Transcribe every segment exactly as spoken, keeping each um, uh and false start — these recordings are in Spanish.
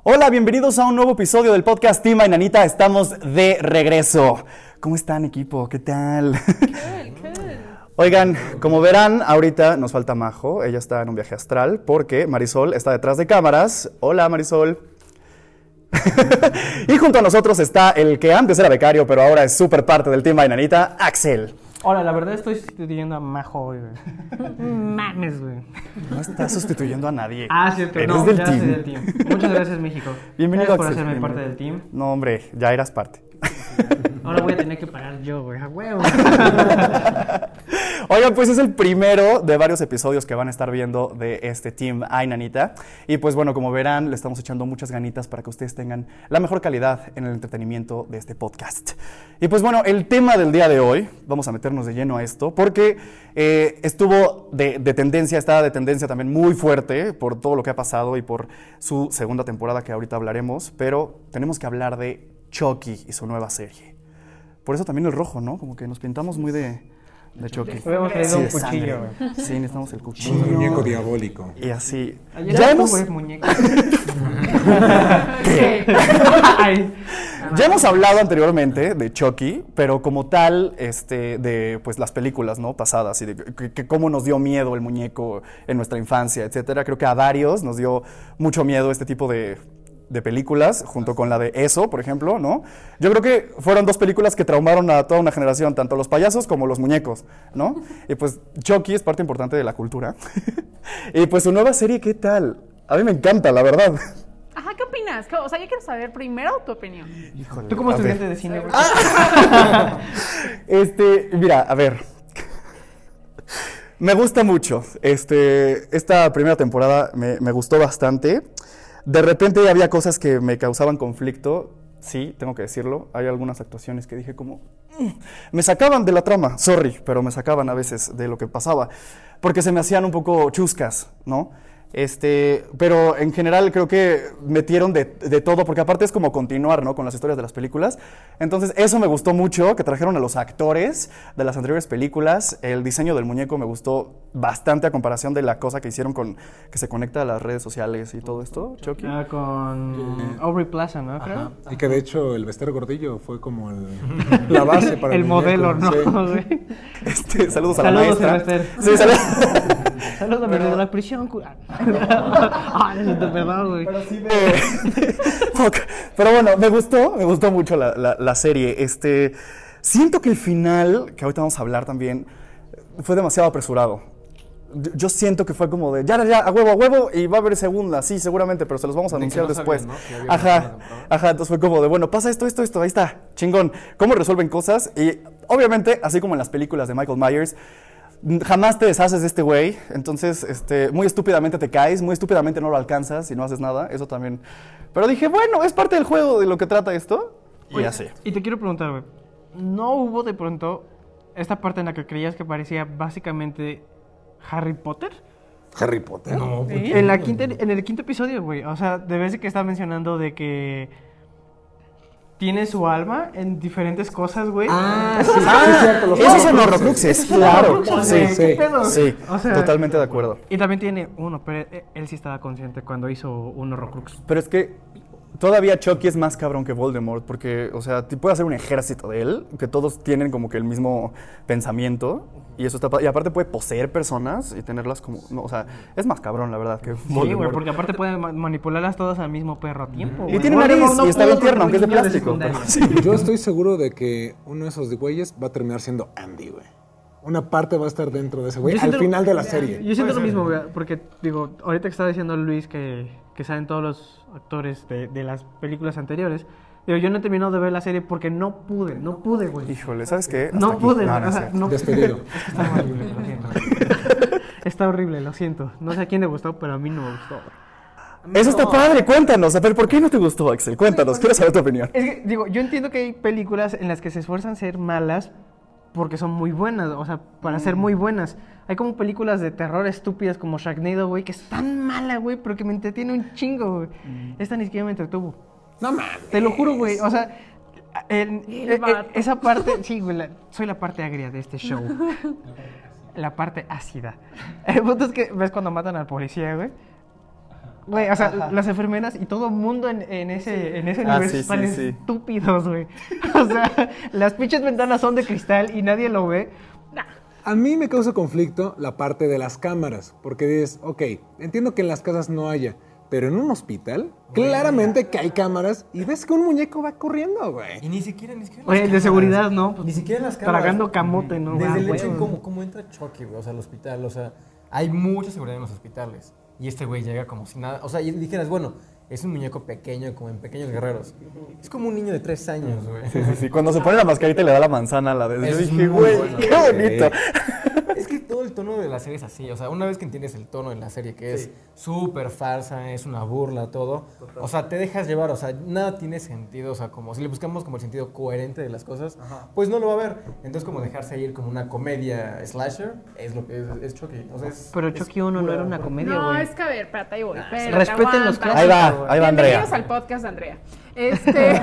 Hola, bienvenidos a un nuevo episodio del podcast Team Ainanita. Estamos de regreso. ¿Cómo están, equipo? ¿Qué tal? Good, good. Oigan, como verán, ahorita nos falta Majo. Ella está en un viaje astral porque Marisol está detrás de cámaras. Hola, Marisol. Y junto a nosotros está el que antes era becario, pero ahora es súper parte del Team Ainanita, Axel. Hola, la verdad estoy sustituyendo a Majo hoy, güey. Mames, güey. No estás sustituyendo a nadie. Ah, cierto. Eres no, del ya team. soy del team. Muchas gracias, México. Bienvenido, Gracias por Axel. hacerme Bienvenido. parte del team. No, hombre, ya eras parte. Ahora voy a tener que pagar yo, güey. A huevo. Oigan, pues es el primero de varios episodios que van a estar viendo de este Team Ainanita. Y pues bueno, como verán, le estamos echando muchas ganitas para que ustedes tengan la mejor calidad en el entretenimiento de este podcast. Y pues bueno, el tema del día de hoy, vamos a meternos de lleno a esto, porque eh, estuvo de, de tendencia, está de tendencia también muy fuerte por todo lo que ha pasado y por su segunda temporada que ahorita hablaremos, pero tenemos que hablar de Chucky y su nueva serie. Por eso también el rojo, ¿no? Como que nos pintamos muy de, de Chucky. Habíamos traído Sí, un de cuchillo, sangre. güey. Sí, necesitamos el cuchillo. Un muñeco diabólico. Y así. Ayer Ya era hemos, tú, güey, muñeco. ¿Qué? Ay. ya hemos hablado anteriormente de Chucky, pero como tal, este, de pues las películas, ¿no? Pasadas y de que, que cómo nos dio miedo el muñeco en nuestra infancia, etcétera. Creo que a varios nos dio mucho miedo este tipo de de películas, junto con la de Eso, por ejemplo, ¿no? Yo creo que fueron dos películas que traumaron a toda una generación, tanto los payasos como los muñecos, ¿no? Y pues Chucky es parte importante de la cultura. Y pues su nueva serie, ¿qué tal? A mí me encanta, la verdad. Ajá, ¿qué opinas? O sea, yo quiero saber primero tu opinión. Híjole, Tú como a estudiante ver. de cine, güey. Este, mira, a ver. Me gusta mucho. Este, esta primera temporada me, me gustó bastante. De repente había cosas que me causaban conflicto. Sí, tengo que decirlo. Hay algunas actuaciones que dije como... "Mm", me sacaban de la trama, sorry, pero me sacaban a veces de lo que pasaba. Porque se me hacían un poco chuscas, ¿no? Este, pero en general creo que metieron de, de todo, porque aparte es como continuar, ¿no? Con las historias de las películas. Entonces eso me gustó mucho, que trajeron a los actores de las anteriores películas. El diseño del muñeco me gustó bastante a comparación de la cosa que hicieron con que se conecta a las redes sociales y todo esto, Chucky. Ah, con Aubrey Plaza, ¿no? Creo. Ajá. Y que de hecho el Bester Gordillo fue como el, la base para el, El modelo, ¿no? muñeco, sí. güey? Este, saludos a la Saludos, maestra. Sylvester. Sí, saludos. Saludos a mi de la prisión. cu- Ah, eso te perdón, güey. Pero sí me... Fuck. Pero bueno, me gustó, me gustó mucho la, la, la serie. Este, siento que el final, que ahorita vamos a hablar también, fue demasiado apresurado. Yo, yo siento que fue como de, ya, ya, ya, a huevo, a huevo, y va a haber segunda, sí, seguramente, pero se los vamos a De que anunciar no después. sabían, ¿no? Que había una Ajá, segunda temporada. ajá, entonces fue como de, bueno, pasa esto, esto, esto, ahí está, chingón. ¿Cómo resuelven cosas? Y obviamente, así como en las películas de Michael Myers, jamás te deshaces de este güey, entonces este, muy estúpidamente te caes, muy estúpidamente no lo alcanzas y no haces nada, eso también. Pero dije, bueno, es parte del juego de lo que trata esto, y Oye, así. Y te quiero preguntar, güey. ¿No hubo de pronto esta parte en la que creías que parecía básicamente Harry Potter? Harry Potter. No, ¿Sí? En, la quinta, en el quinto episodio, güey. O sea, de vez que está mencionando de que tiene su alma en diferentes cosas, güey. Ah, sí, Ah, sí, cierto. Los esos son los Horrocruxes. Horrocruxes, claro, Horrocruxes, sí, güey, sí, ¿qué pedo? sí, O sea- totalmente de acuerdo. Y también tiene uno, pero él, él sí estaba consciente cuando hizo un Horrocrux. Pero es que todavía Chucky es más cabrón que Voldemort, porque, o sea, te puede hacer un ejército de él, que todos tienen como que el mismo pensamiento, y eso está pa- y aparte puede poseer personas y tenerlas como, no, o sea, es más cabrón, la verdad, que Sí, Voldemort. güey, porque aparte puede ma- manipularlas todas al mismo perro a tiempo, Y güey. tiene Voldemort nariz, no y está bien pudo tierno, aunque es de contra un niño plástico. secundaria. pero sí. Yo estoy seguro de que uno de esos güeyes va a terminar siendo Andy, güey. Una parte va a estar dentro de ese güey Yo al siento- final de la serie. Yo siento lo mismo, güey, porque, digo, ahorita que estaba diciendo Luis que, que salen todos los actores de, de las películas anteriores, digo, yo no he terminado de ver la serie porque no pude, no pude, güey. Híjole, ¿sabes qué? Hasta No aquí. pude, No, güey, no o es sea, cierto. no Despedido. Es que está horrible, lo siento. Está horrible, lo siento. No sé a quién le gustó, pero a mí no me gustó. Eso está padre, cuéntanos. A ver, ¿por qué no te gustó, Axel? Cuéntanos, quiero saber tu opinión. Es que, digo, yo entiendo que hay películas en las que se esfuerzan ser malas porque son muy buenas, o sea, para ser muy buenas. Hay como películas de terror estúpidas como Sharknado, güey, que es tan mala, güey, pero que me entretiene un chingo, güey. Esta ni siquiera me entretuvo. No mames. Te lo juro, güey, o sea, en- El eh, eh, vato. esa parte, sí, güey, la- soy la parte agria de este show. La parte ácida. El punto es que, ¿ves cuando matan al policía, güey? Güey, o sea, Ajá. las enfermeras y todo el mundo en, en ese, en ese Ah, universo sí, están sí, sí. estúpidos, güey. O sea, las pinches ventanas son de cristal y nadie lo ve. A mí me causa conflicto la parte de las cámaras, porque dices, ok, entiendo que en las casas no haya, pero en un hospital, claramente que hay cámaras y ves que un muñeco va corriendo, Y güey. ni siquiera, ni siquiera en Oye, las de cámaras. seguridad, ¿no? Pues, Ni siquiera en las cámaras. Tragando camote, ¿no? Desde Ah, el hecho güey. de cómo, cómo entra Chucky, güey, o sea, al hospital, o sea, hay mucha seguridad en los hospitales. Y este güey llega como si nada, o sea, y dijeras, bueno, es un muñeco pequeño, como en Pequeños Guerreros. Es como un niño de tres años, güey. Sí, sí, sí. Cuando se pone la mascarita y le da la manzana a la de... Yo Eso es dije, muy güey, bueno. qué bonito. Es que todo el tono de la serie es así, o sea, una vez que entiendes el tono de la serie, que es súper farsa, es una burla, todo, o sea, te dejas llevar, o sea, nada tiene sentido, o sea, como si le buscamos como el sentido coherente de las cosas, pues no lo va a ver. Entonces, como dejarse ir como una comedia slasher, es lo que es, es Chucky. O sea, es, Pero es Chucky uno no pura- era una comedia, No, güey. es que a ver, espérate, ahí voy. espérate, Respeten los aguanta. clásicos. Ahí va, ahí va Andrea. Bienvenidos al podcast de Andrea. Este.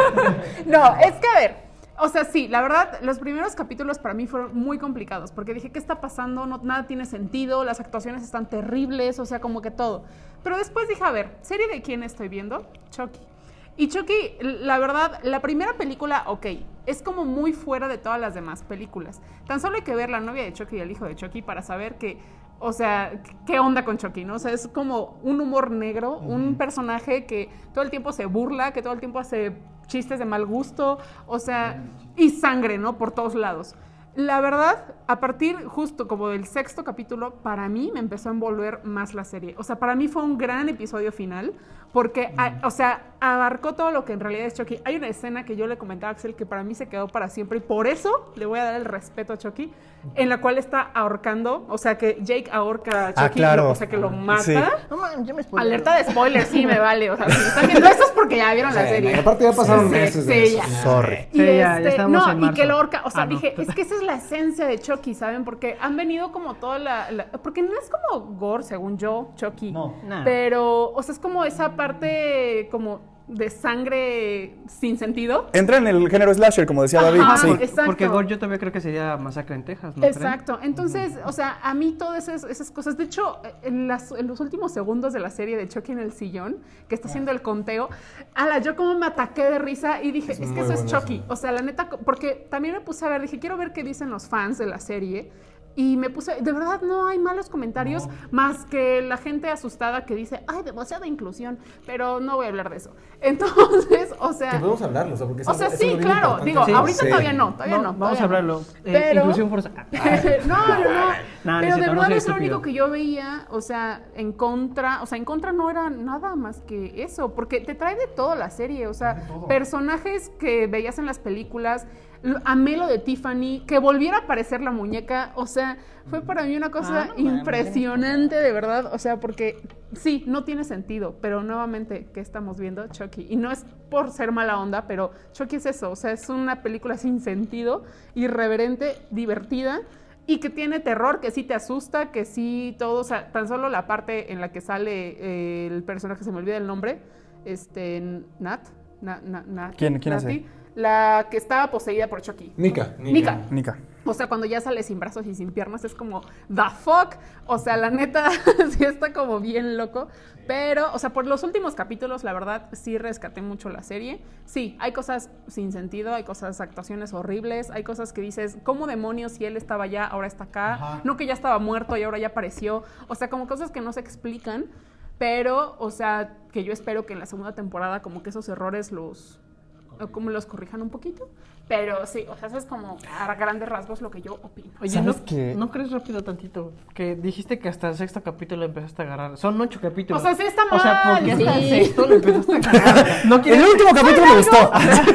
No, es que a ver. O sea, sí, la verdad, los primeros capítulos para mí fueron muy complicados, porque dije, ¿qué está pasando? No, nada tiene sentido, las actuaciones están terribles, o sea, como que todo. Pero después dije, a ver, ¿serie de quién estoy viendo? Chucky. Y Chucky, la verdad, la primera película, ok, es como muy fuera de todas las demás películas. Tan solo hay que ver La novia de Chucky y El hijo de Chucky para saber que, o sea, qué onda con Chucky, ¿no? O sea, es como un humor negro, un personaje que todo el tiempo se burla, que todo el tiempo hace chistes de mal gusto, o sea, y sangre, ¿no? Por todos lados. La verdad, a partir justo como del sexto capítulo, para mí me empezó a envolver más la serie. O sea, para mí fue un gran episodio final, porque, a, o sea, abarcó todo lo que en realidad es Chucky. Hay una escena que yo le comentaba a Axel que para mí se quedó para siempre, y por eso le voy a dar el respeto a Chucky, en la cual está ahorcando, o sea, que Jake ahorca a Chucky, Ah, claro. o sea, que lo mata. Sí. No mames, ya me spoilearon. Alerta de spoiler, sí, me vale. O sea, si están viendo eso es porque ya vieron la Sí, serie. y aparte ya pasaron Sí, meses de sí, eso. ya. Sorry. Y Sí, ya, ya este, estamos no, en y marzo. que lo ahorca, o sea, Ah, no. dije, es que esa es la esencia de Chucky, ¿saben? Porque han venido como toda la, la- porque no es como gore, según yo, Chucky. No. Nah. Pero, o sea, es como esa parte como de sangre sin sentido. Entra en el género slasher, como decía David. Ajá, Sí. exacto. Porque Gore yo todavía creo que sería Masacre en Texas, ¿no creen? Exacto. Entonces, o sea, a mí todas esas, esas cosas. De hecho, en, las- en los últimos segundos de la serie de Chucky en el sillón, que está haciendo el conteo, ala, yo como me ataqué de risa y dije, es, que muy eso es bueno Chucky. eso. O sea, la neta, porque también me puse a ver, dije, quiero ver qué dicen los fans de la serie. Y me puse, de verdad no hay malos comentarios, más que la gente asustada que dice, ay, demasiada inclusión, pero no voy a hablar de eso. Entonces, o sea... Que podemos hablarlo, o sea, porque es O sea, algo- es sí, algo bien claro. importante. Digo, Sí. ahorita Sí. todavía no, todavía no. No, vamos todavía a no. hablarlo. Eh, Pero- inclusión forzada. no, no, no. No, Pero no es de cierto, no verdad soy es lo estúpido. único que yo veía, o sea, en contra, o sea, en contra no era nada más que eso, porque te trae de todo la serie, o sea, personajes que veías en las películas, lo- amé lo de Tiffany, que volviera a aparecer la muñeca, o sea, fue para mí una cosa impresionante, de verdad, o sea, porque sí, no tiene sentido, pero nuevamente, ¿qué estamos viendo? Chucky, y no es por ser mala onda, pero Chucky es eso, o sea, es una película sin sentido, irreverente, divertida, y que tiene terror, que sí te asusta, que sí todo, o sea, tan solo la parte en la que sale eh, el personaje, se me olvida el nombre, este, Nat, Na- Na- Nat- ¿Quién- quién hace? Nati, la que estaba poseída por Chucky. Nika. Nika. Nika. O sea, cuando ya sale sin brazos y sin piernas es como, the fuck. O sea, la neta sí está como bien loco. Pero, o sea, por los últimos capítulos, la verdad, sí rescaté mucho la serie. Sí, hay cosas sin sentido, hay cosas, actuaciones horribles, hay cosas que dices, ¿cómo demonios si él estaba allá, ahora está acá? No que ya estaba muerto y ahora ya apareció. O sea, como cosas que no se explican. Pero, o sea, que yo espero que en la segunda temporada como que esos errores los... o como los corrijan un poquito. Pero sí, o sea, eso es como a grandes rasgos lo que yo opino. Oye, ¿Sabes ¿no, qué? ¿no crees rápido tantito? Que dijiste que hasta el sexto capítulo empezaste a agarrar. Son ocho capítulos. O sea, sí está O sea, ¿por qué mal, hasta el sí. sexto lo empezaste a agarrar? No El quieres... último capítulo me gustó.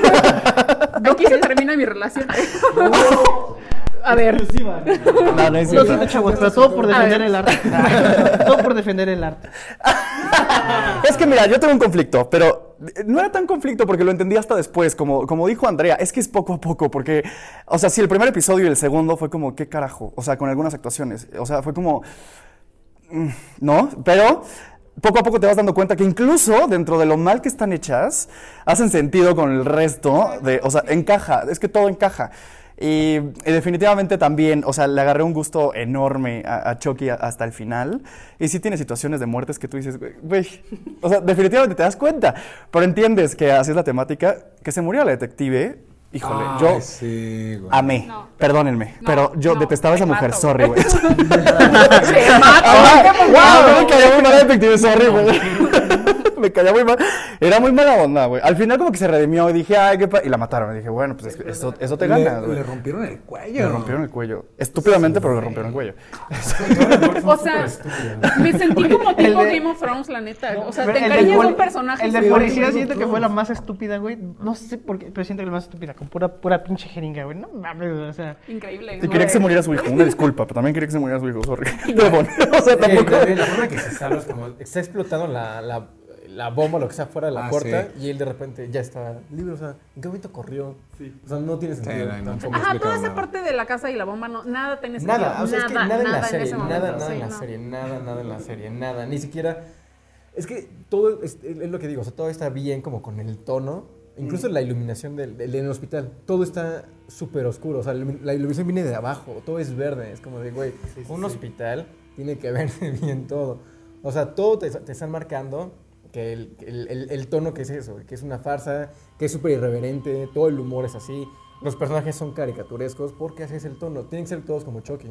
Aquí se termina mi relación. A ver. No, no es Lo cierto. siento, chavos, pero todo por defender ver. el arte. Todo por defender el arte. Es que mira, yo tengo un conflicto, pero no era tan conflicto porque lo entendí hasta después, como, como dijo Andrea, es que es poco a poco, porque, o sea, si el primer episodio y el segundo fue como, ¿qué carajo? O sea, con algunas actuaciones, o sea, fue como, mm, ¿no? Pero poco a poco te vas dando cuenta que incluso dentro de lo mal que están hechas, hacen sentido con el resto, de, o sea, encaja, es que todo encaja. Y, y definitivamente también, o sea, le agarré un gusto enorme a, a Chucky a- hasta el final. Y sí tiene situaciones de muertes que tú dices, güey, güey, o sea, definitivamente te das cuenta. Pero entiendes que así es la temática, que se murió la detective. Híjole, Ay, yo sí, güey. amé, No. perdónenme, No, pero yo no, detestaba a esa te mujer, mato, sorry, güey. Te mato. ¡Wow! Me caía muy mal la detective, sorry, güey. Me caía muy mal. Era muy mala onda, güey. Al final como que se redimió y dije, ay, qué pa... Y la mataron. Y dije, bueno, pues es que eso, eso te Le, gana, güey. le rompieron el cuello. Le rompieron el cuello. Estúpidamente, pero le rompieron el cuello. O sea, me sentí como tipo El de- Game of Thrones, la neta. O sea, Pero te el encariñas del de poli- un personaje. El de sí, policía horrible. siento que fue la más estúpida, güey. No sé por qué, pero siento que la más estúpida, con pura, pura pinche jeringa, güey. No mames, o sea. Increíble. Y quería que se muriera su hijo. Una disculpa, pero también quería que se muriera su hijo, sorry. Devon. O sea, Sí, tampoco... también la forma que se salva es como está explotando la, la, la bomba, lo que sea, fuera de la Ah, puerta sí. y él de repente ya está libre. O sea, ¿en qué momento corrió? O sea, no tiene sentido. no, no. tampoco. Ajá, explica toda esa nada. parte de la casa y la bomba, no, nada tiene sentido. Nada, o sea, es que nada, en la serie, ese nada, momento, nada sí, en la no. serie, nada, nada en la serie, nada, ni siquiera. Es que todo es, es lo que digo, o sea, todo está bien como con el tono, incluso la iluminación del, del, del hospital, todo está súper oscuro, o sea, la ilumi- la iluminación viene de abajo, todo es verde, es como de, güey, un hospital tiene que verse bien todo. O sea, todo te, te están marcando que el, el, el, el tono que es eso, que es una farsa, que es súper irreverente, todo el humor es así. Los personajes son caricaturescos porque así es el tono. Tienen que ser todos como Chucky.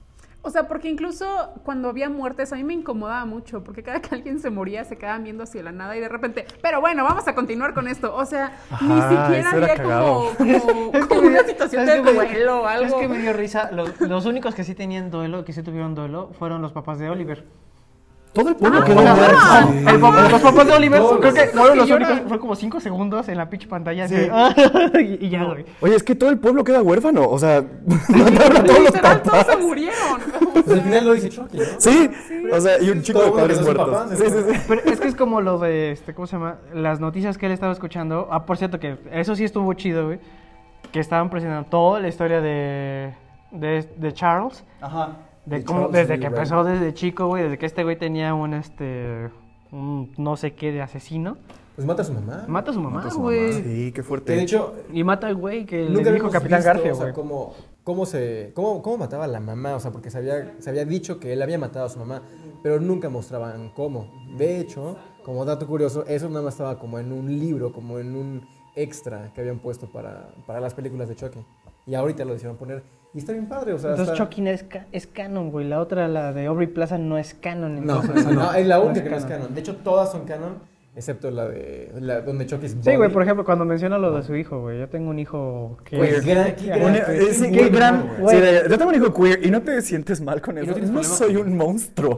O sea, porque incluso cuando había muertes a mí me incomodaba mucho, porque cada que alguien se moría se quedaban viendo hacia la nada y de repente, pero bueno, vamos a continuar con esto. O sea, Ajá, ni siquiera eso era había cagado. como, como, como una situación de ¿Sabes qué me- duelo o algo. ¿Sabes qué me dio risa? Los, los únicos que sí tenían duelo, que sí tuvieron duelo, fueron los papás de Oliver. Todo el pueblo Ah, quedó no. muerto. Sí. El papá- los papás de Oliver, Todos. creo que fueron los Sí, únicos, lloran. fue como cinco segundos en la pinche pantalla. Sí. así, y, y ya, güey. Oye, es que todo el pueblo queda huérfano. O sea, mataron a todos los Literal, todos papás. se murieron. Pues al final lo dice Chucky, ¿no? Sí, o sea, y un chico de Todo el mundo padres que son muertos. papás, Sí, sí, sí. Pero es que es como lo de, este, ¿cómo se llama? Las noticias que él estaba escuchando. Ah, por cierto, que eso sí estuvo chido, güey. Que estaban presentando toda la historia de, de, de Charles. Ajá. De De cómo, Charles desde Lee que Ray. empezó desde chico, güey. Desde que este güey tenía un, este, un no sé qué de asesino. Pues mata a su mamá. Mata a su mamá, Mata a su güey. mamá. Sí, qué Que fuerte. de hecho, Y mata al güey que nunca le dijo habíamos Capitán visto, Garfio, o sea, güey. cómo, cómo, se, cómo, cómo mataba a la mamá. O sea, porque se había, se había dicho que él había matado a su mamá, pero nunca mostraban cómo. De hecho, como dato curioso, eso nada más estaba como en un libro, como en un extra que habían puesto para, para las películas de Chucky. Y ahorita lo decidieron poner. Y está bien padre, o sea, Entonces está- Chucky no es, ca- es canon, güey. La otra, la de Aubrey Plaza, no es canon. No, entonces- esa No, es la única es que no es canon. De hecho, todas son canon, excepto la de la, donde Chucky es Sí, Bobby. güey, por ejemplo, cuando menciona lo de su hijo, güey. Yo tengo un hijo que... Güey, es- gran- qué gran- Un- qué eh, sí, muy qué bueno, gran. güey. Sí, de- yo tengo un hijo queer y no te sientes mal con no eso. tienes No problema soy con un monstruo.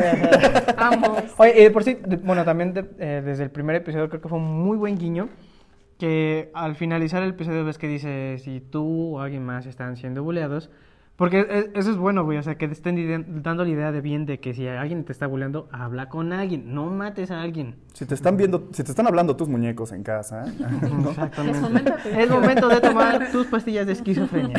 Ambos. Oye, y de por sí, de- bueno, también de- eh, desde el primer episodio creo que fue un muy buen guiño. Que al finalizar el episodio ves que dice si tú o alguien más están siendo buleados. Porque e- eso es bueno, güey. O sea, que te estén ide- dando la idea de bien de que si alguien te está buleando, habla con alguien. No mates a alguien. Si te están viendo, si te están hablando tus muñecos en casa, ¿eh? Exactamente. Es momento de- Es momento de tomar tus pastillas de esquizofrenia.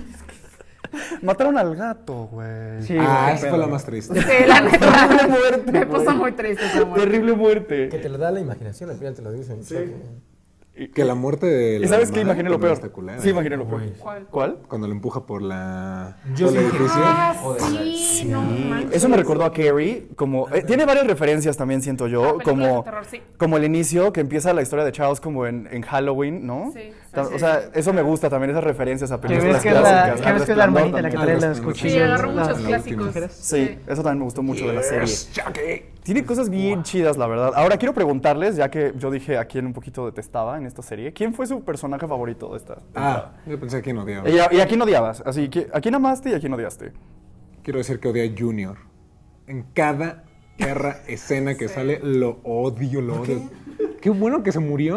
Mataron al gato, güey. Sí, Ah, güey. esa fue la más triste. Sí, la neta. Terrible muerte, Me güey. puso muy triste esa muerte. Terrible muerte. Que te lo da la imaginación, al final te lo dicen. Chucky. Que la muerte de la ¿Y sabes qué? mamá Imaginé lo también peor. está culera. Sí, imaginé lo peor. ¿Cuál? ¿Cuál? Cuando lo empuja por la Yo por el sí dije, edificio. Ah, Joder, sí, no manches. Eso me recordó a Carrie, como eh, tiene varias referencias también siento Ah, yo, películas como de terror, sí. como el inicio que empieza la historia de Charles como en, en Halloween, ¿no? Sí, sí, Ta- sí, o sea, sí. eso me gusta también esas referencias a Que películas ves que es la, clásicas. que Al ves que es la Resplandor hermanita la que también. trae las Sí, cuchillas. Sí, agarró las- muchos la clásicos. última. Sí, eso también me gustó mucho de la serie. Yes, Chucky. Tiene cosas bien chidas, la verdad. Ahora quiero preguntarles, ya que yo dije a quién un poquito detestaba en esta serie, ¿quién fue su personaje favorito de esta? Ah, yo pensé que no odiaba. Y a, y a quién odiabas, así que a quién amaste y a quién odiaste. Quiero decir que odia a Junior. En cada perra escena que sale, lo odio, lo odio. Qué bueno que se murió.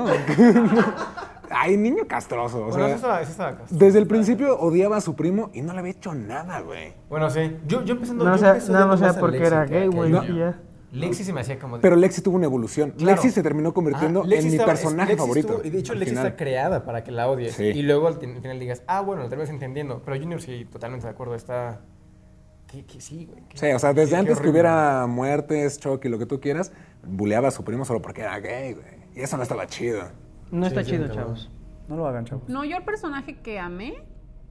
Ay, niño castroso. O Bueno, sea, eso estaba, eso estaba castroso. desde el principio odiaba a su primo y no le había hecho nada, güey. Bueno, sí. Yo, yo empezando. No, yo o sea, empecé nada más odiando era porque a Lexi era que a- gay, que a güey. Junior. y ya. Lexi se me hacía como. de- Pero Lexi tuvo una evolución. Claro. Lexi se terminó convirtiendo Ah, Lexi en mi estaba- personaje Lexi favorito. estuvo- y de hecho, al Lexi final. está creada para que la odies. Sí. Y luego al, al final digas, ah, bueno, tal vez entendiendo. Pero Junior sí, totalmente de acuerdo. Está. Que, que sí, güey. que- Sí, o sea, desde qué- qué antes que horrible. hubiera muertes, Chucky, lo que tú quieras, buleaba a su primo solo porque era gay, güey. Y eso no estaba chido. No está Sí, sí, chido, cabrón. chavos. No lo hagan, chavos. No, yo el personaje que amé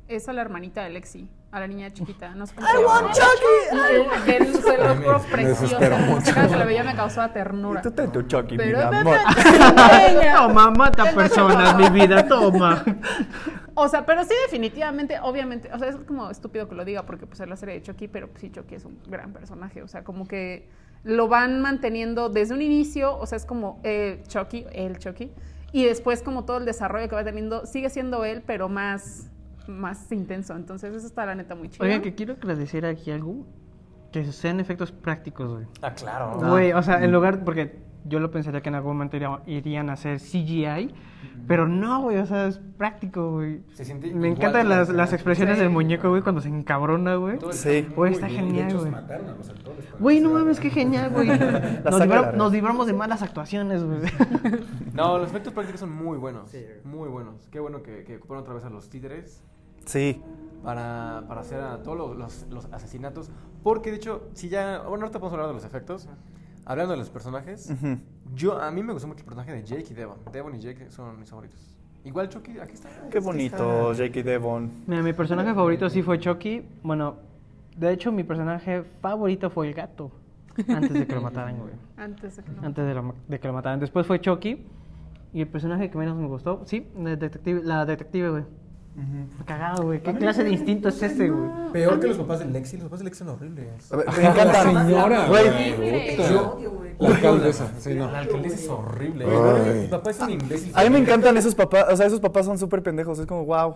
es a la hermanita de Lexi, a la niña chiquita. No sé cómo se llama. Chucky! De los puros preciosos. Cada que la veía me causaba ternura. Tú te tu Chucky, mi Pero amor. Toma, mata personas, mi vida, toma. O sea, pero sí definitivamente, obviamente, o sea, es como estúpido que lo diga porque pues es la serie de Chucky, pero pues, sí, Chucky es un gran personaje, o sea, como que lo van manteniendo desde un inicio, o sea, es como eh, Chucky, el Chucky, y después como todo el desarrollo que va teniendo, sigue siendo él, pero más, más intenso, entonces eso está la neta muy chido. Oigan, que quiero agradecer aquí algo, que sean efectos prácticos, güey. Ah, claro. Güey, o sea, en lugar, porque yo lo pensaría que en algún momento iría- irían a hacer C G I, pero no, güey, o sea, es práctico, güey. Se siente Me igual encantan que la las, escena. las expresiones Sí. del muñeco, güey, cuando se encabrona, güey. Sí. Güey, está De genial, hecho, güey. mataron a los actores. para Güey, que no se mames, qué genial, güey. Nos, saca libra- la nos libramos de malas actuaciones, güey. No, los efectos prácticos son muy buenos. Muy buenos. Qué bueno que, que ocuparon otra vez a los títeres Sí. para, para hacer a todos los, los, los asesinatos. Porque, de hecho, si ya... Bueno, ahorita podemos hablar de los efectos. Hablando de los personajes, Ujú. yo a mí me gustó mucho el personaje de Jake y Devon. Devon y Jake son mis favoritos. Igual Chucky, aquí está. Qué Aquí bonito, está. Jake y Devon. Mira, mi personaje favorito sí fue Chucky. Bueno, de hecho, mi personaje favorito fue el gato. Antes de que lo mataran, güey. Antes de que no. Antes de, lo- de que lo mataran. Después fue Chucky. Y el personaje que menos me gustó, sí, la detective, la detective, güey. Cagado, güey. ¿Qué clase de instinto es ese, güey? Peor que los papás de Lexi. Los papás de Lexi son horribles. A ver, Me La encanta. señora, Güey. güey. puta. Yo- La alcaldesa, sí, no. La alcaldesa es horrible. Ay. Mi papá es un imbécil. A mí me encantan esos papás, o sea, esos papás son súper pendejos, es como, wow.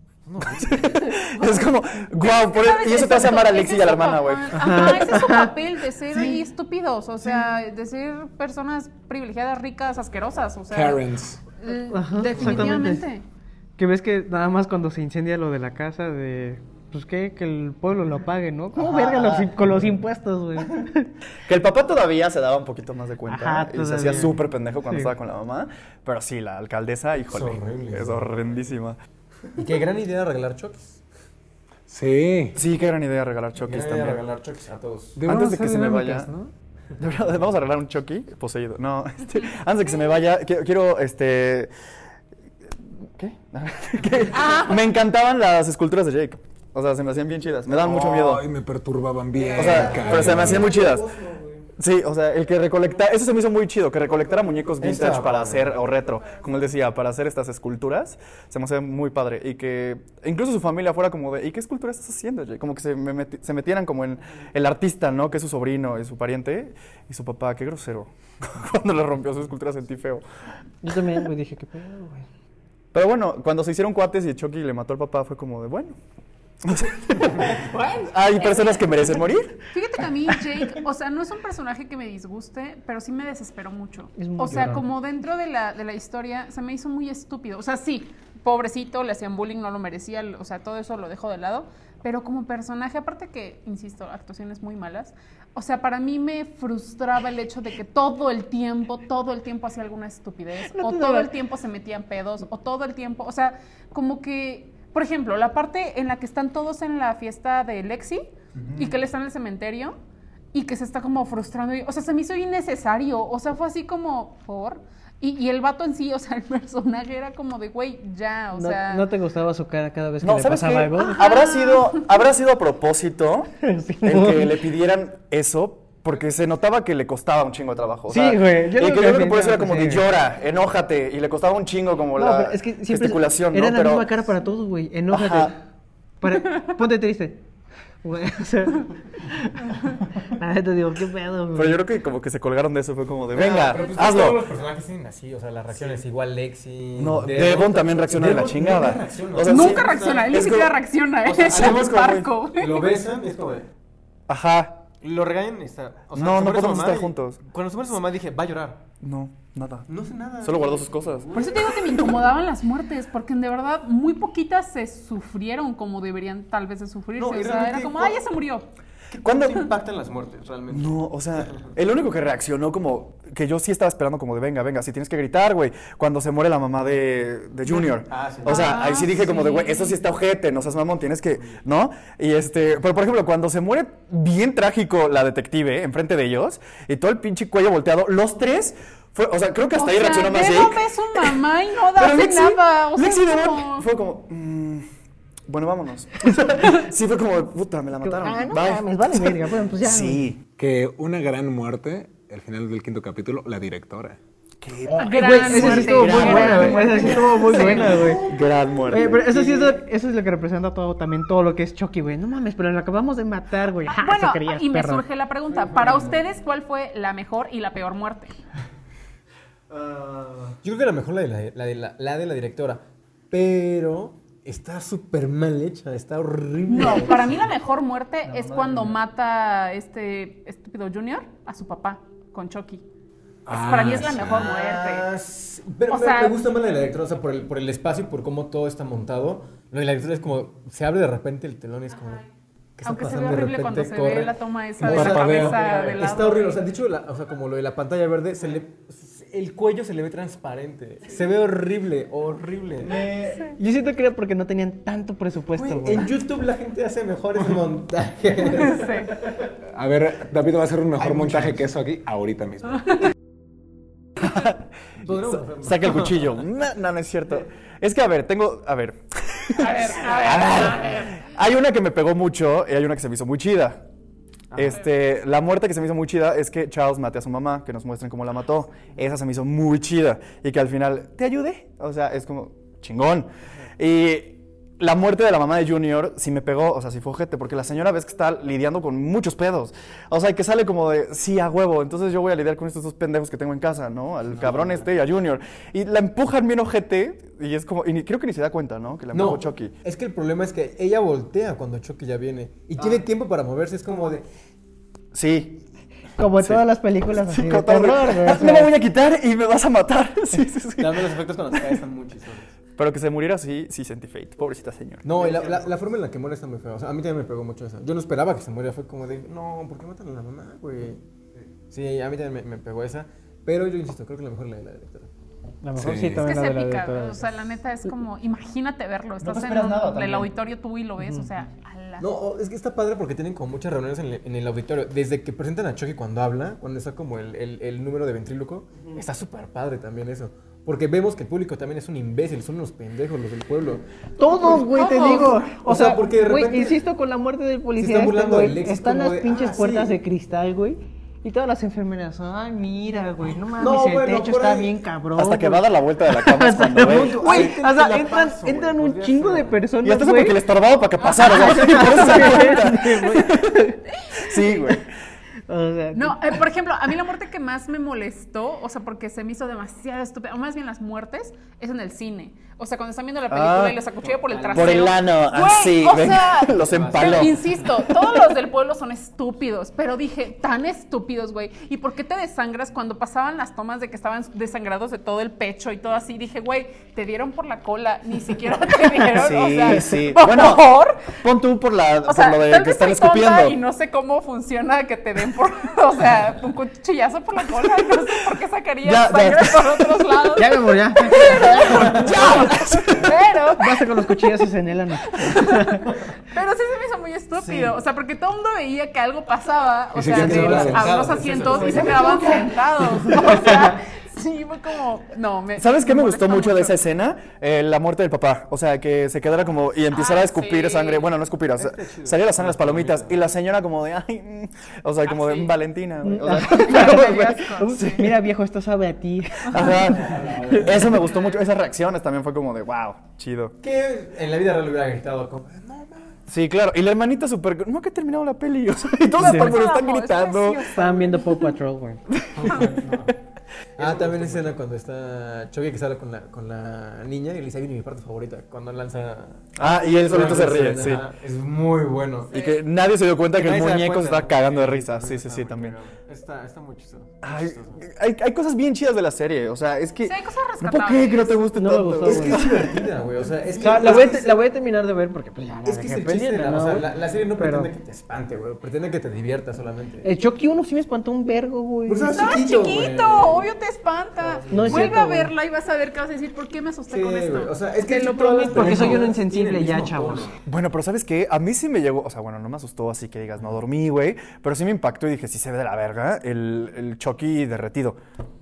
Es como, wow, por ¿Sabes? y eso te hace Exacto, amar a ese Lexi es y a la su hermana, güey. papá. Ajá, ese es su papel de ser ahí estúpidos, o sea, de ser personas privilegiadas, ricas, asquerosas, o sea. Karens. eh, Ajá, definitivamente. exactamente. Que ves que nada más cuando se incendia lo de la casa de... Pues qué, que el pueblo lo pague, ¿no? ¿Cómo verga los, im- con los impuestos, güey? Que el papá todavía se daba un poquito más de cuenta Ajá, y se todavía. hacía súper pendejo cuando Sí. estaba con la mamá, pero sí, la alcaldesa, híjole, Es horrible. es horrendísima. Y qué gran idea regalar Chuckys. Sí. Sí, qué gran idea regalar Chucky Gran idea también. regalar Chuckys a todos. Debemos Antes de que hacer se me dinámicas, vaya. ¿no? De verdad, vamos a arreglar un Chucky poseído. No, este, antes de que se me vaya, quiero, quiero, este... ¿Qué? Que me encantaban las esculturas de Jake. O sea, se me hacían bien chidas. Me daban mucho miedo. Ay, me perturbaban bien. O sea, cabrón. pero se me hacían muy chidas. Sí, o sea, el que recolectara, eso se me hizo muy chido, que recolectara muñecos vintage Está para padre. hacer, o retro, como él decía, para hacer estas esculturas, se me hace muy padre. Y que incluso su familia fuera como de, ¿y qué escultura estás haciendo, Jake? Como que se, me meti- se metieran como en el artista, ¿no? Que es su sobrino y su pariente, y su papá, qué grosero. Cuando le rompió su escultura sentí feo. Yo también, güey, dije, qué pedo, güey. Pero bueno, cuando se hicieron cuates y Chucky le mató al papá, fue como de, bueno. Hay personas que merecen morir. Fíjate que a mí Jake, o sea, no es un personaje que me disguste, pero sí me desesperó mucho. Es muy O sea, llorón. como dentro de la, de la historia, se me hizo muy estúpido. O sea, sí, pobrecito, le hacían bullying, no lo merecía, o sea, todo eso lo dejo de lado. Pero como personaje, aparte que, insisto, actuaciones muy malas, o sea, para mí me frustraba el hecho de que todo el tiempo, todo el tiempo hacía alguna estupidez, No o te todo daba- el tiempo se metían pedos, o todo el tiempo, o sea, como que, por ejemplo, la parte en la que están todos en la fiesta de Lexi y que él está en el cementerio y que se está como frustrando, y- o sea, se me hizo innecesario, o sea, fue así como, ¿por? Y, y el vato en sí, o sea, el personaje era como de, güey, ya, o ¿No, sea... ¿No te gustaba su cara cada vez que No, le ¿sabes qué? pasaba algo? Habrá sido, habrá sido a propósito Sí. el que le pidieran eso, porque se notaba que le costaba un chingo de trabajo. o Sí, sea, güey, yo Y creo que que yo creo que por al eso era final, como de sí. llora, enójate, y le costaba un chingo como No, la pero es que siempre gesticulación, era ¿no? la Pero misma cara para todos, güey. Enójate. Ajá. Para, ponte triste. Güey, o sea, la neta digo, qué pedo, güey. pero yo creo que como que se colgaron de eso, fue como de, Ah, venga, pero pues todos hazlo. los personajes tienen así, o sea, las reacciones igual Lexi. No, Devon también reacciona de la Devon chingada. nunca reacciona. O sea, Nunca sí, reacciona, él ni es siquiera como- reacciona, él o sea, es hacemos el como muy- barco, güey. Lo besan y es como de... Ajá. Lo regañan y está... O sea, No, se no muere su podemos mamá estar y- juntos. Cuando se muere su mamá dije, va a llorar. No, nada. No sé nada. Solo guardó sus cosas. Por eso te digo que me incomodaban las muertes, porque de verdad muy poquitas se sufrieron como deberían tal vez de sufrirse. No, y o sea, realmente, era como, ¿cuál- ah, ya se murió. ¿Cuándo? ¿Cuándo impactan las muertes realmente? No, o sea, el único que reaccionó como que yo sí estaba esperando como de venga, venga, si tienes que gritar, güey, cuando se muere la mamá de, de Junior. Ah, sí. O sea, Ah, ahí sí dije como de, sí. güey, eso sí está ojete, no seas mamón, tienes que, ¿no? Y este, pero por ejemplo, cuando se muere bien trágico la detective enfrente de ellos y todo el pinche cuello volteado, los tres, fue, o sea, creo que hasta o ahí sea, reaccionó más Devon Jake. ve a su mamá y no Pero hace Lexi, nada. O sea, Lexi es Devon como- fue como, mm, bueno, vámonos. Sí, fue como, puta, me la mataron. Ah, no Bye. mames, vale verga. Bueno, pues ya. Sí. Que una gran muerte, al final del quinto capítulo, la directora. Qué Gran Güey, esa sí muerte, estuvo muy gran buena, güey. muerte. Esa sí estuvo muy Sí. buena, güey. gran muerte. Oye, pero eso sí es lo, eso es lo que representa todo, también todo lo que es Chucky, güey. No mames, pero lo acabamos de matar, güey. Ja, Bueno, eso querías, y me perro. surge la pregunta, para ustedes, ¿cuál fue la mejor y la peor muerte? Yo creo que la mejor la de la, la de la, la de la directora, pero está súper mal hecha, está horrible. No, para mí la mejor muerte es cuando mata este estúpido Junior a su papá con Chucky. Es- para mí es la mejor Ah, muerte. sí, pero O me, sea- me gusta más la de la directora, o sea, por el, por el espacio y por cómo todo está montado. Lo de la directora es como, se abre de repente el telón y es como, ¿qué está Aunque se ve pasando? De horrible cuando repente se ve corre. la toma esa O de la sea, cabeza de lado. Está horrible, o sea, dicho, la- o sea, como lo de la pantalla verde, se le, el cuello se le ve transparente. Se ve horrible, horrible. Yo siento que era porque no tenían tanto presupuesto, Güey, güey. en YouTube la gente hace mejores montajes. Sí. A ver, David va a hacer un mejor montaje que eso aquí ahorita mismo. Podríamos hacerlo. Saca el cuchillo. No, no, no es cierto. Es que, a ver, tengo. A ver. A ver, a ver, a ver. Hay una que me pegó mucho y hay una que se me hizo muy chida. Este, la muerte que se me hizo muy chida es que Charles mate a su mamá, que nos muestren cómo la mató. Esa se me hizo muy chida. Y que al final, ¿te ayudé? O sea, es como, chingón. Y la muerte de la mamá de Junior sí me pegó, o sea, sí fue ojete, porque la señora ves que está lidiando con muchos pedos. O sea, que sale como de, sí, a huevo, entonces yo voy a lidiar con estos dos pendejos que tengo en casa, ¿no? Al cabrón este y a Junior. Y la empujan bien ojete y es como, y ni- creo que ni se da cuenta, ¿no? Que la empujó No, Chucky. es que el problema es que ella voltea cuando Chucky ya viene y tiene tiempo para moverse, es como de... Sí. Como en todas las películas así Sí, de con todo- terror, güey. o No me sea. voy a quitar y me vas a matar. Sí, sí, sí. También los efectos cuando se cae están muy chistosos. Pero que se muriera así, sí sentí fate. Pobrecita señora. No, y la, la, la forma en la que muere está muy fea. O sea, a mí también me pegó mucho eso. Yo no esperaba que se muriera. Fue como de, no, ¿por qué matan a la mamá, güey? Sí, a mí también me, me pegó esa. Pero yo insisto, creo que la mejor es la de la directora. La mejor Sí. sí, Es Es también que la es de la épica, directora. o sea, la neta es como, imagínate verlo, estás en esperas un- nada el también. auditorio tú y lo ves, o sea, ala. No, oh, es que está padre porque tienen como muchas reuniones en el, en el auditorio. Desde que presentan a Chucky cuando habla, cuando está como el, el, el número de ventríloco, está súper padre también eso. Porque vemos que el público también es un imbécil, son unos pendejos los del pueblo. Todos, güey, te Todos. digo. O, O sea, sea, porque de güey, repente insisto con la muerte del policía. están este, burlando güey, de Lexi, están como las de, pinches ah, puertas sí. de cristal, güey. Y todas las enfermeras, ay, mira, güey, no mames, No, el bueno, techo por está ahí. bien cabrón. Hasta que güey. va a dar la vuelta de la cama es cuando ve. Güey, Ay, o sea, te la entran, paso, güey, entran un podría chingo ser. de personas, Y hasta eso güey. porque le estorbaba para que pasara. O sea, y por eso se da cuenta. Sí, güey. O sea, No, eh, por ejemplo, a mí la muerte que más me molestó, o sea, porque se me hizo demasiado estúpida, o más bien las muertes, es en el cine. O sea, cuando están viendo la película Ah. y les acuchilla por el trasero. Por el ano, Güey, así, o ven, sea, los empaló. te- insisto, todos los del pueblo son estúpidos, pero dije, tan estúpidos, güey. ¿Y por qué te desangras cuando pasaban las tomas de que estaban desangrados de todo el pecho y todo así? Dije, güey, te dieron por la cola, ni siquiera te dieron, o Sí, sea, sí. por Bueno, favor. Pon tú por, la, O por sea, lo de tal que vez están soy tonta escupiendo. y no sé cómo funciona que te den por, o sea, un cuchillazo por la cola. No sé por qué sacarías Ya, ya. sangre por otros lados. ya, mi amor, ya. Pero, Basta con los cuchillazos en el ano. pero sí se me hizo muy estúpido. O sea, porque todo el mundo veía que algo pasaba, o Y se sea, quedaban de los- a sentados, unos eso, asientos eso, y se eso. quedaban sentados. O sea, sí, fue como, no, me. ¿Sabes qué me gustó molestó mucho de esa escena? Eh, la muerte del papá. O sea, que se quedara como y empezara Ah, a escupir sí. sangre. Bueno, no escupir, o sea, salía la sangre de las palomitas. Y la señora como de, ay, mm, o sea, como Ah, de sí. Valentina. güey. O sea, Me dio asco, sí. Mira, viejo, esto sabe a ti. ajá. Eso me gustó mucho. Esas reacciones también fue como de, wow, chido. Que en la vida real hubiera gritado como, no, ma. Sí, claro. Y la hermanita súper. No, que ha terminado la peli. O sea, y todos Sí. están, pero están Amo, es gritando. precioso. Estaban viendo Paw Patrol, güey. Ah, también escena cuando está Chucky que sale con la, con la niña y le dice, ahí viene mi parte favorita, cuando lanza... Ah, y él solito se ríe, sí. Ajá, es muy bueno. Y que nadie se dio cuenta que el Nadie se da muñeco se cuenta. estaba cagando de risa. Sí, sí, sí, Está también. muy cagado. Está, está muy chistoso. muy Ay, chistoso. hay, hay cosas bien chidas de la serie. O sea, es que. Sí, hay cosas no puedo creer que no te rescatables. guste No me tanto. gustó, Es güey. que es divertida, güey. O sea, es O que... sea, la es voy, a que te- la voy a terminar de ver porque, pues, ya, Es que es el chiste, de la, o sea, la, la serie no Pero- pretende que te espante, güey. Pretende que te diviertas solamente. El Chucky uno sí me espantó un vergo, güey. Pues, Estabas Chiquito, chiquito, güey. obvio te espanta. No es Vuelve cierto, a güey. verla y vas a ver qué vas a decir, ¿por qué me asusté Sí, con esto? güey. O sea, es que Te lo todas las prometo. Porque soy un películas insensible tienen el ya, mismo chavos. tono. Bueno, pero ¿sabes qué? A mí sí me llegó. O sea, bueno, no me asustó así que digas, no dormí, güey. Pero sí me impactó y dije, sí se ve de la verga el, el Chucky derretido.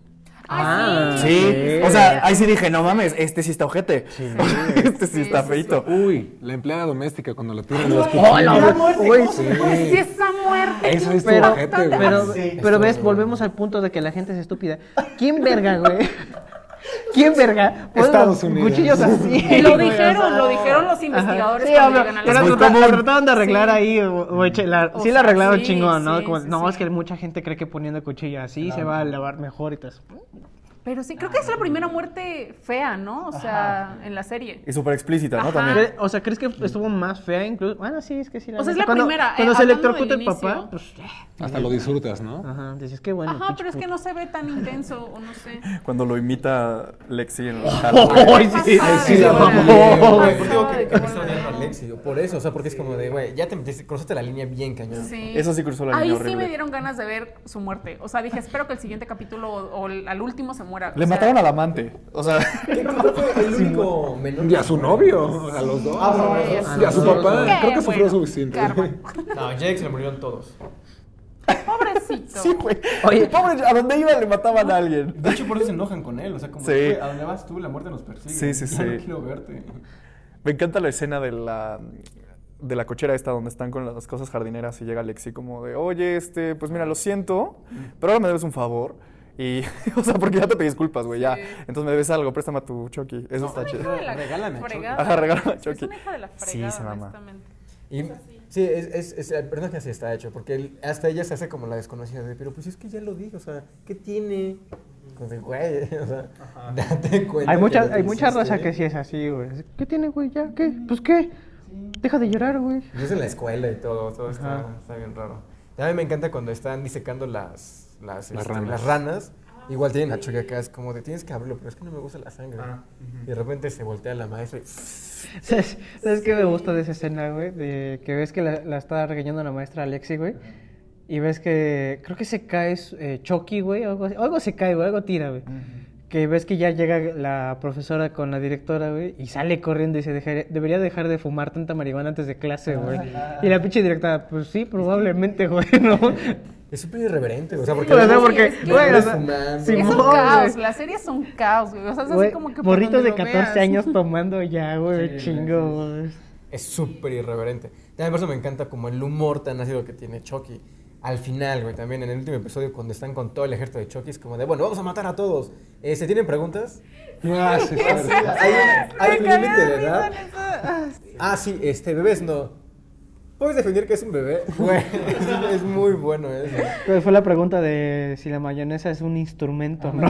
Ay, sí. Sí, o sea, ahí sí dije, no mames, este sí está ojete. Este sí, Sí, está sí, feito. Uy, la empleada doméstica cuando la tiran los ¡Hola, cuchillos. güey! Sí. Pues sí, esa muerte. Eso es tu Pero, ojete, güey. pero, Sí, pero esto- ves, volvemos al punto de que la gente es estúpida. ¿Quién verga, güey? ¿Quién verga? pone Estados los Unidos. Cuchillos así. Lo güey, o sea, dijeron, lo dijeron los investigadores Sí, cuando hombre, llegan a la, la muy trata- común. la trataban de arreglar Sí. ahí, güey, che, la- O sí la sea, arreglaron sí, chingón, ¿no? sí, Como, sí, no, sí. es que mucha gente cree que poniendo cuchillo así se va a lavar mejor y todo eso. Pero sí, creo que es la primera muerte fea, ¿no? O sea, en la serie. Y súper explícita, ¿no? Ajá. También. ¿Cre- O sea, ¿crees que estuvo más fea incluso? Bueno, sí, es que sí. O sea, es neta. la Cuando- primera, eh, Cuando se hablando electrocuta el del inicio. papá, pues... eh, Hasta lo disfrutas, ¿no? Ajá, dices, qué bueno. Ajá, pinche pero es que puto. no se ve tan intenso, o no sé. Cuando lo imita Lexi en los ¡Ay, sí! Pasada sí, de la bola. mamó, Güey, güey. ¿por qué digo Pasada que, de que me está bola. odiando a Alexi? Por eso, o sea, porque es como de, güey, ya te metiste, cruzaste la línea bien cañón. Sí. Eso sí cruzó la Ahí línea sí horrible. me dieron ganas de ver su muerte. O sea, dije, espero que el siguiente capítulo o, o el- al último se muera. Le O sea, mataron al amante. O sea, ¿Qué fue el único menor? Y a su novio, a los dos. Ah, bueno, Ay, eso Y a su sí. papá. Qué Creo que sufrió bueno. suficiente. Karma. No, Jake se le murieron todos. Pobrecito. sí, güey. Oye. Pobre, a donde iba le mataban a alguien. De hecho, por eso se enojan con él. O sea, como, Sí. güey, a donde vas tú, la muerte nos persigue. Sí, sí, Ya sí. no quiero verte. Me encanta la escena de la, de la cochera esta donde están con las cosas jardineras y llega Lexi como de, oye, este, pues mira, lo siento, pero ahora me debes un favor. Y, o sea, porque ya te pedí disculpas, güey, ya. Sí. Entonces me debes algo, préstame a tu Chucky. Eso está Es una chido. hija de la Regálame a fregada. Ajá, regálame a Es Chucky. una hija de la Sí, fregada, se mama. honestamente. Y, sí, es, es, es, el personaje así está hecho, porque él- hasta ella se hace como la desconocida de, pero pues es que ya lo dije, o sea, ¿qué tiene? Como de, güey, o sea, date cuenta. Hay que mucha, lo hay mucha hiciste. raza que sí es así, güey. ¿Qué tiene, güey? ¿Ya? ¿Qué? ¿Pues qué? Deja de llorar, güey. Y es en la escuela y todo, todo está, Ajá. está bien raro. Y a mí me encanta cuando están disecando las, las, Las este, ranas. las ranas. Igual tienen a Chucky acá, es como de, tienes que abrirlo, pero es que no me gusta la sangre. Y de repente se voltea la maestra y... ¿Sabes, ¿Sabes qué me gusta de esa escena, güey? De que ves que la, la está regañando la maestra Alexi, güey. Y ves que creo que se cae eh, Chucky, güey, o algo así. Algo se cae, güey, algo tira, güey. Que ves que ya llega la profesora con la directora, güey, y sale corriendo y dice, "Dejaría- debería dejar de fumar tanta marihuana antes de clase, güey. Y la pinche directora, pues sí, probablemente, güey, ¿no? Es súper irreverente, o sea, porque... O sea, Sí, porque, es que- güey, o Estás sea, fumando. sí, Es un Simón, caos, güey. la serie es un caos, güey. O sea, es así Güey, como que por morritos donde de lo catorce veas. años tomando ya, güey, chingo, güey. Es súper irreverente. También por eso me encanta como el humor tan ácido que tiene Chucky. Al final, güey, también en el último episodio cuando están con todo el ejército de Chucky es como de, bueno, vamos a matar a todos. Eh, ¿Se tienen preguntas? Ah, sí, sí. ¿Hay, hay un Me cagué límite de de risa edad? en esa- Ah, sí, este, bebés no. ¿Puedes definir que es un bebé? Güey, es, es muy bueno eso. Pero fue la pregunta de si la mayonesa es un instrumento, ¿no?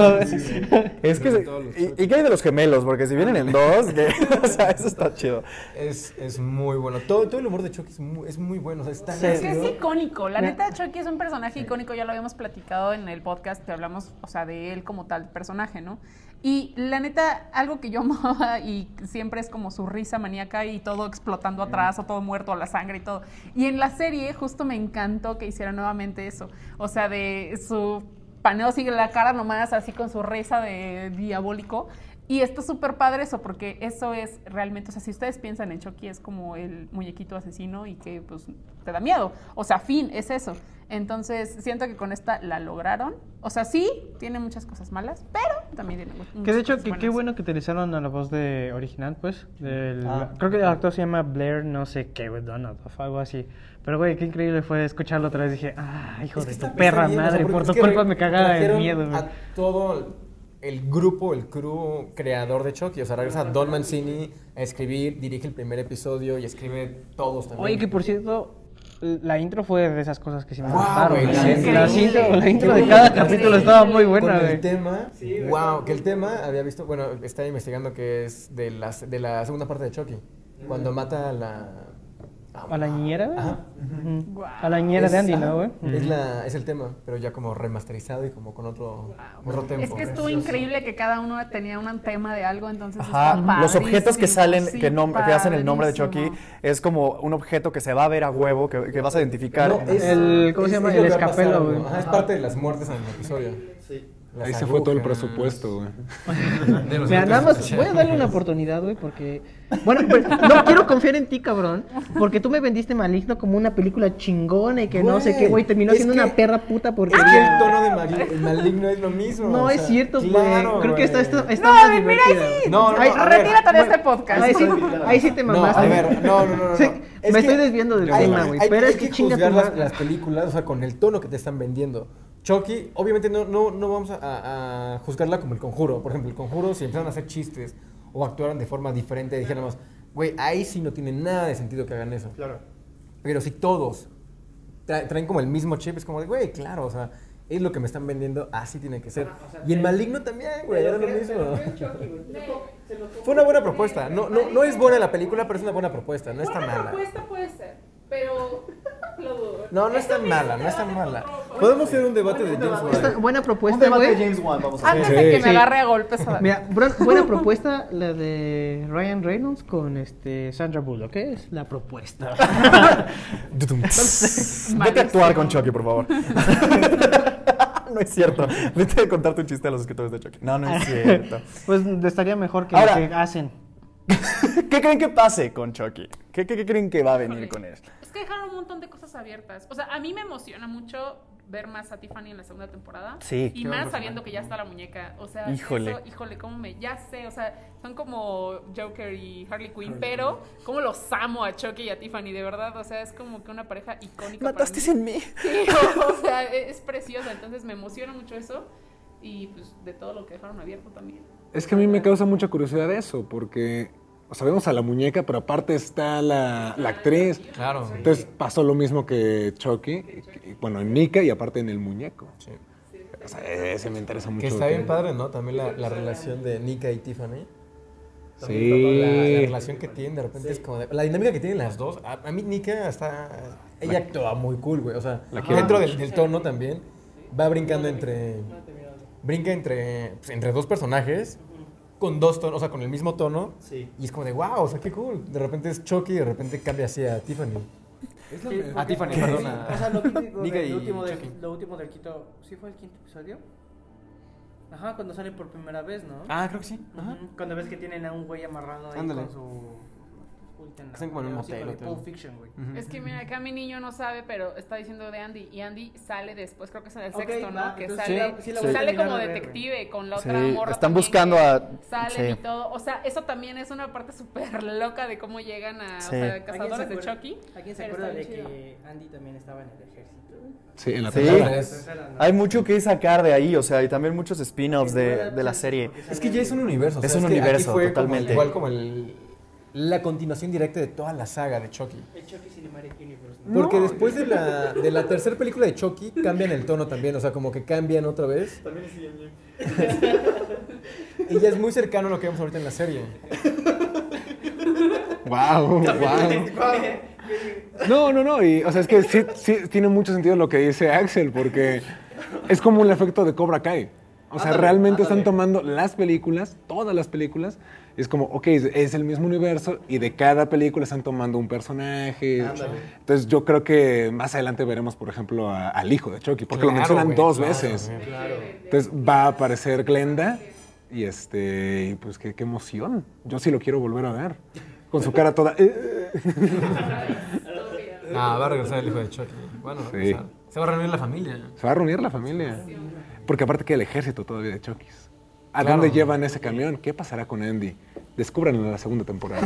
Es que, se- Todos los y, y qué hay de los gemelos, porque si vienen en dos, que, o sea, eso está chido. Es, es muy bueno. Todo, todo el humor de Chucky es muy, es muy bueno. O sea, es tan Sí. Es que ácido. es icónico. La neta, Chucky es un personaje icónico. Ya lo habíamos platicado en el podcast que hablamos, o sea, de él como tal personaje, ¿no? Y la neta, algo que yo amaba y siempre es como su risa maníaca y todo explotando atrás o todo muerto, la sangre y todo. Y en la serie justo me encantó que hiciera nuevamente eso. O sea, de su paneo sigue la cara nomás así con su risa de diabólico. Y está súper padre eso, porque eso es realmente, o sea, si ustedes piensan en Chucky es como el muñequito asesino y que pues te da miedo. O sea, fin, es eso. Entonces, siento que con esta la lograron. O sea, sí, tiene muchas cosas malas, pero también tiene muchas Que de hecho, cosas que, qué buenas. bueno que utilizaron a la voz de original, pues. Del, Ah. creo que el actor se llama Blair, no sé qué, güey, Donald, o algo así. Pero, güey, qué increíble fue escucharlo otra vez. Dije, ah, hijo Es que de tu está- perra está bien, o sea, madre, porque por es tu que culpa re- me cagaba de trajeron miedo, güey. a todo el grupo, el crew creador de Chucky. O sea, regresa Don Mancini a escribir, dirige el primer episodio y escribe todos también. Oye, que por cierto, la intro fue de esas cosas que sí me Guau, gustaron. güey, güey. la La, intro- la intro, la intro de Increíble. cada capítulo estaba muy Con buena, el güey. tema, wow, que el tema había visto, bueno, estaba investigando que es de la, de la segunda parte de Chucky, cuando mata a la... ¿A la niñera, güey? Ajá. Ujú. Guau. A la niñera Es- de Andy, ajá, ¿no, güey? Es, la, es el tema, pero ya como remasterizado y como con otro, otro tempo. Es que estuvo increíble que cada uno tenía un tema de algo, entonces Ajá, está los objetos que padrísimo, salen, sí, que, nom- que hacen el nombre de Chucky, padrísimo. es como un objeto que se va a ver a huevo, que, que vas a identificar. No, es- El- ¿cómo se es- llama? es lo El que va a escapelo, pasar, güey. ¿no? Ajá, es parte de las muertes en el episodio. Las Ahí se fue todo el agujas. presupuesto, güey. De los Mira, nada más efectos voy a darle una oportunidad, güey, porque... Bueno, pero no quiero confiar en ti, cabrón, porque tú me vendiste Maligno como una película chingona y que no sé qué, güey, terminó es siendo que- una perra puta porque... Es que el tono de Magli- el maligno es lo mismo. No o es sea, cierto, güey. claro, Creo que está, güey. está, está No, más a ver, mira, ahí divertida, sí. güey. No, no, Ay, a ver. Retírate de bueno, este podcast. Ahí sí, ahí sí te No, mamaste. a ver, no, no, no, no. Sí, no. Es me que estoy desviando del hay- tema, güey, hay- pero hay es que que chinga tu juzgar las, madre. las películas, o sea, con el tono que te están vendiendo. Chucky, obviamente no, no, no vamos a, a- a juzgarla como El Conjuro. Por ejemplo, El Conjuro, si empezaron a hacer chistes o actuaran de forma diferente, dijéramos, güey, ahí sí no tiene nada de sentido que hagan eso. Claro. Pero si todos tra- traen como el mismo chip, es como de, güey, claro, o sea, es lo que me están vendiendo, así tiene que ser. Y en Maligno también, güey, era lo mismo. Fue una buena propuesta. No, no, no es buena la película, pero es una buena propuesta. No está Buena mala. propuesta puede ser, pero lo dudo. No, no es tan mala, no es tan mala. Podemos hacer un debate de James Esta Wan. buena Un propuesta, debate de güey. James Wan, vamos a hacer. Antes de que Sí. me agarre a golpes a Mira, bro- buena propuesta la de Ryan Reynolds con este Sandra Bullock, ¿qué es? La propuesta. Vete a actuar con Chucky, por favor. No es cierto. Vete a contarte un chiste a los escritores de Chucky. No, no es cierto. Pues estaría mejor que Ahora- lo que hacen. ¿Qué creen que pase con Chucky? ¿Qué, qué, qué creen que va a venir Híjole. con él? Es que dejaron un montón de cosas abiertas. O sea, a mí me emociona mucho ver más a Tiffany en la segunda temporada. Sí. Y Qué buen más sabiendo que ya está la muñeca. O sea, Híjole. eso, híjole, cómo me. Ya sé, o sea, son como Joker y Harley Quinn, pero cómo los amo a Chucky y a Tiffany, de verdad. O sea, es como que una pareja icónica. Mataste para mí. en mí. Sí, o sea, es preciosa. Entonces me emociona mucho eso. Y pues de todo lo que dejaron abierto también. Es que a mí me causa mucha curiosidad eso, porque o sea, vemos a la muñeca, pero aparte está la, la actriz. Claro. Entonces pasó lo mismo que Chucky, y- bueno, en Nika y aparte en el muñeco. Sí. O sea, ese me interesa mucho. Que está que- bien padre, ¿no? También la, la relación de Nika y Tiffany. La, la Sí. relación que tienen de repente es como de, la dinámica que tienen las dos. A, a mí Nika está, ella actúa muy cool, güey. O sea, La quiero dentro mucho. del, del tono también va brincando entre, brinca entre, pues, entre dos personajes con dos tonos, o sea, con el mismo tono. Sí. Y es como de, wow, o sea, qué cool. De repente es Chucky y de repente cambia así a Tiffany. A Tiffany, perdón. a- O sea, lo, típico Nika de- y lo último Chucky. del, lo último del quinto... ¿Sí fue el quinto episodio? Ajá, cuando salen por primera vez, ¿no? Ah, creo que sí. Ajá. Ujú, cuando ves que tienen a un güey amarrado ahí Ándale. con su... en la- Están como en un algo así motel con o el todo. Pulp Fiction, güey. Ujú. Es que mira, acá mi niño no sabe, pero está diciendo de Andy. Y Andy sale después, creo que es en el Ok, sexto, ¿no? va, que entonces sale, sí la- sí la voy a sale terminar como de ver, detective con la Sí, otra morra. están también buscando que a- Salen sí. y todo. O sea, eso también es una parte súper loca de cómo llegan a Sí. o sea, ¿Alguien se cazadores de acuerda- Chucky. ¿Alguien se Pero acuerda de está bien que Andy también estaba en el ejército? Sí, en la Sí. tercera. Es- Hay mucho que sacar de ahí, o sea, y también muchos spin-offs de, de la serie. Es que ya es un universo. o Es sea, un que aquí universo, fue totalmente. Como, igual como el, la continuación directa de toda la saga de Chucky. El Chucky Cinematic Universe. Porque después de la, de la tercera película de Chucky cambian el tono también, o sea, como que cambian otra vez. Y ya es muy cercano a lo que vemos ahorita en la serie. Wow, wow. No, no, no. Y, o sea, es que sí, sí tiene mucho sentido lo que dice Axel, porque es como un efecto de Cobra Kai. O sea, realmente están tomando las películas, todas las películas, y es como, ok, es, es el mismo universo, y de cada película están tomando un personaje. Entonces, yo creo que más adelante veremos, por ejemplo, a- al hijo de Chucky, porque lo Claro, mencionan güey, dos claro, veces. güey. Entonces, va a aparecer Glenda, y este, y pues qué, qué emoción. Yo sí lo quiero volver a ver. Con su cara toda. "Eh". Ah, va a regresar el hijo de Chucky. Bueno, va a Sí. regresar. Se va a reunir la familia. Se va a reunir la familia. Porque aparte queda el ejército todavía de Chuckys. ¿A Claro. dónde llevan ese camión? ¿Qué pasará con Andy? Descúbranlo en la segunda temporada.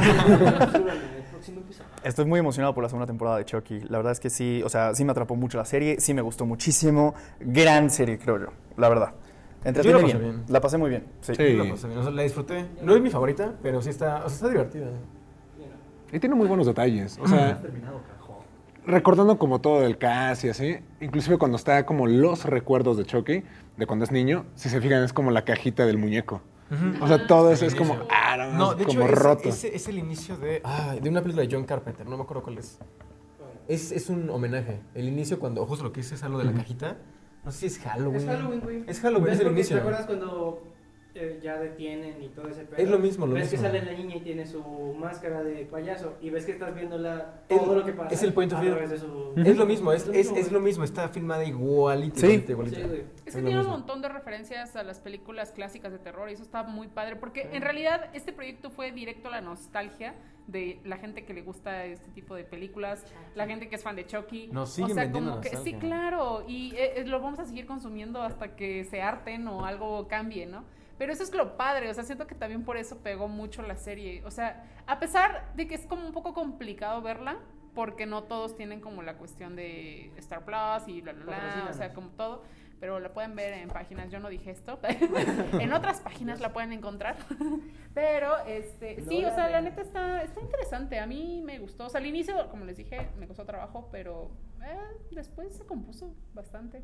Estoy muy emocionado por la segunda temporada de Chucky. La verdad es que sí, o sea, sí me atrapó mucho la serie, sí me gustó muchísimo. Gran serie, creo yo, la verdad. Entretiene Yo la pasé bien. bien. La pasé muy bien. Sí. Sí. La, pasé bien, o sea, la disfruté. No es mi favorita, pero sí está, o sea, está divertida. Y tiene muy buenos detalles. O sea, recordando como todo el cast y así, inclusive cuando está como los recuerdos de Chucky, de cuando es niño, si se fijan es como la cajita del muñeco. O sea, todo eso es como, ah, no, No, es de como hecho, ese- roto. Ese, es el inicio de, ah, de una película de John Carpenter, no me acuerdo cuál es. Es, es un homenaje. El inicio, cuando justo lo que hice es algo de la cajita. No sé si es Halloween. Es Halloween, güey. Es Halloween, ¿Ves? es el Porque inicio. ¿Te acuerdas cuando que ya detienen y todo ese pedo. Es lo mismo, lo ves mismo. que sale la niña y tiene su máscara de payaso y ves que estás viéndola Es- todo lo que pasa es el point of a view. través de su... Es lo mismo, es, lo es, mismo, es güey. lo mismo, está filmada igualita, Sí. igualita, igualita. Sí, güey. Es que Es lo tiene un mismo. montón de referencias a las películas clásicas de terror y eso está muy padre porque en realidad este proyecto fue directo a la nostalgia de la gente que le gusta este tipo de películas, la gente que es fan de Chucky. Nos o siguen sea, vendiendo como que sí, nostalgia. claro, y eh, eh, lo vamos a seguir consumiendo hasta que se harten o algo cambie, ¿no? Pero eso es lo padre, o sea, siento que también por eso pegó mucho la serie. O sea, a pesar de que es como un poco complicado verla, porque no todos tienen como la cuestión de Star Plus y bla, bla, bla, o sea, Patrocínanos. como todo, pero la pueden ver en páginas, yo no dije esto, en otras páginas la pueden encontrar. Pero, este, sí, o sea, la neta está, está interesante, a mí me gustó. O sea, al inicio, como les dije, me costó trabajo, pero eh, después se compuso bastante.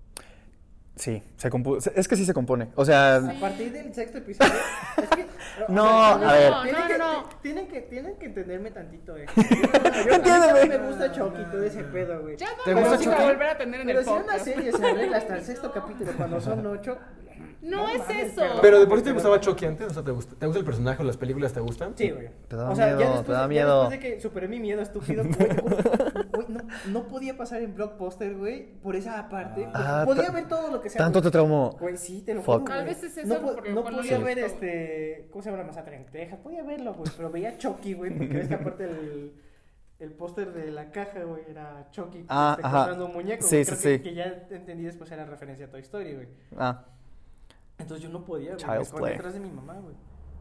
Sí, se compu- se- es que sí se compone. O sea, A partir del sexto episodio. Es que, o No, sea, a ver. Tienen, No, que, no, no. ti- Tienen, que, tienen que entenderme tantito, eh. Yo, Entiéndeme. a mí también me gusta Chucky y todo ese pedo, güey. Ya no ¿Te me gusta vas a Chucky? volver a tener en Pero el si una podcast. serie se arregla hasta el sexto capítulo cuando son ocho. No es mames, eso. perdón. Pero de por sí te gustaba Chucky antes, o sea, ¿te gusta, ¿te gusta el personaje o las películas te gustan? Sí, güey. Te da o sea, miedo, ya después, te da ya miedo. después de que superé mi miedo estúpido, güey, güey, güey, no, no podía pasar en Blockbuster, güey, por esa parte. Ah, podía ta- ver todo lo que sea. tanto te güey. traumó. Güey, sí, te lo Fuck. juro, Tal güey. vez es eso No, po- por lo no cual no podía le ver gustó, este. ¿Cómo se llama la masacre en Texas? Podía verlo, güey, pero veía Chucky, güey, porque ves que aparte el. El póster de la caja, güey, era Chucky Ah, este, ajá. comprando un muñeco. Sí, güey. sí, Creo que, sí. que ya entendí después era referencia a Toy Story, güey. Ah, Entonces yo no podía, güey. Me Child's escondí play. detrás de mi mamá, güey.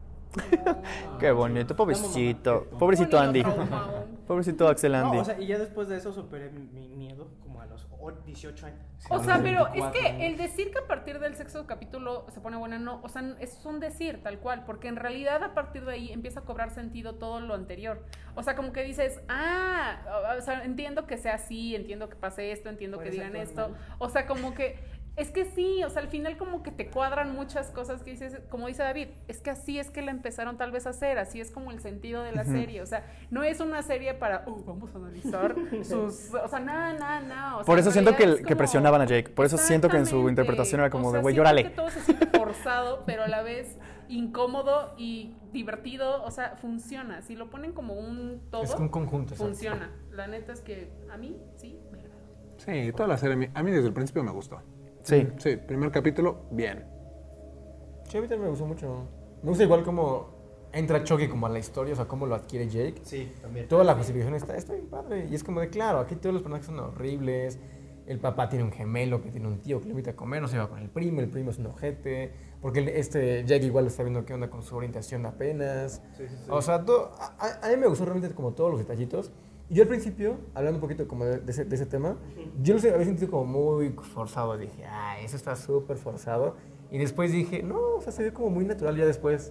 qué bonito, pobrecito. Pobrecito Bonito Andy. trauma. Pobrecito Axel No, Andy. o sea, y ya después de eso superé mi, mi miedo como a los o- dieciocho años. O sea, pero es veinticuatro, ¿no? que el decir que a partir del sexto capítulo se pone buena, no, o sea, es un decir tal cual, porque en realidad a partir de ahí empieza a cobrar sentido todo lo anterior. O sea, como que dices, ah, o sea, entiendo que sea así, entiendo que pase esto, entiendo que Puede ser digan esto. normal. O sea, como que, es que sí, o sea, al final como que te cuadran muchas cosas que dices, como dice David, es que así es que la empezaron tal vez a hacer, así es como el sentido de la serie. O sea, no es una serie para, uh, vamos a analizar sus, o sea, nada, nada, nada. Por eso siento que, que presionaban a Jake. Por eso siento que en su Exactamente. interpretación era como O de, sea, güey, siento llórale. que todo se siente forzado, pero a la vez incómodo y divertido. O sea, funciona. Si lo ponen como un todo, Es un conjunto, exacto. funciona. La neta es que a mí sí me agrada. Sí, toda la serie, a mí- a mí desde el principio me gustó. Sí. Sí, primer capítulo, bien. Sí, a mí también me gustó mucho. Me gusta igual como entra Chucky como a la historia, o sea, cómo lo adquiere Jake. Sí, también. Toda la justificación está, está bien padre. Y es como de, claro, aquí todos los personajes son horribles. El papá tiene un gemelo que tiene un tío que le invita a comer, no se va con el primo, el primo es un ojete. Porque el- este Jake igual está viendo qué onda con su orientación apenas. Sí, sí, sí. O sea, todo, a, a- a mí me gustó realmente como todos los detallitos. Y yo al principio, hablando un poquito como de, de ese, de ese tema, yo lo sé, había sentido como muy forzado. Dije, ah, eso está súper forzado. Y después dije, no, o sea, se ve como muy natural ya después.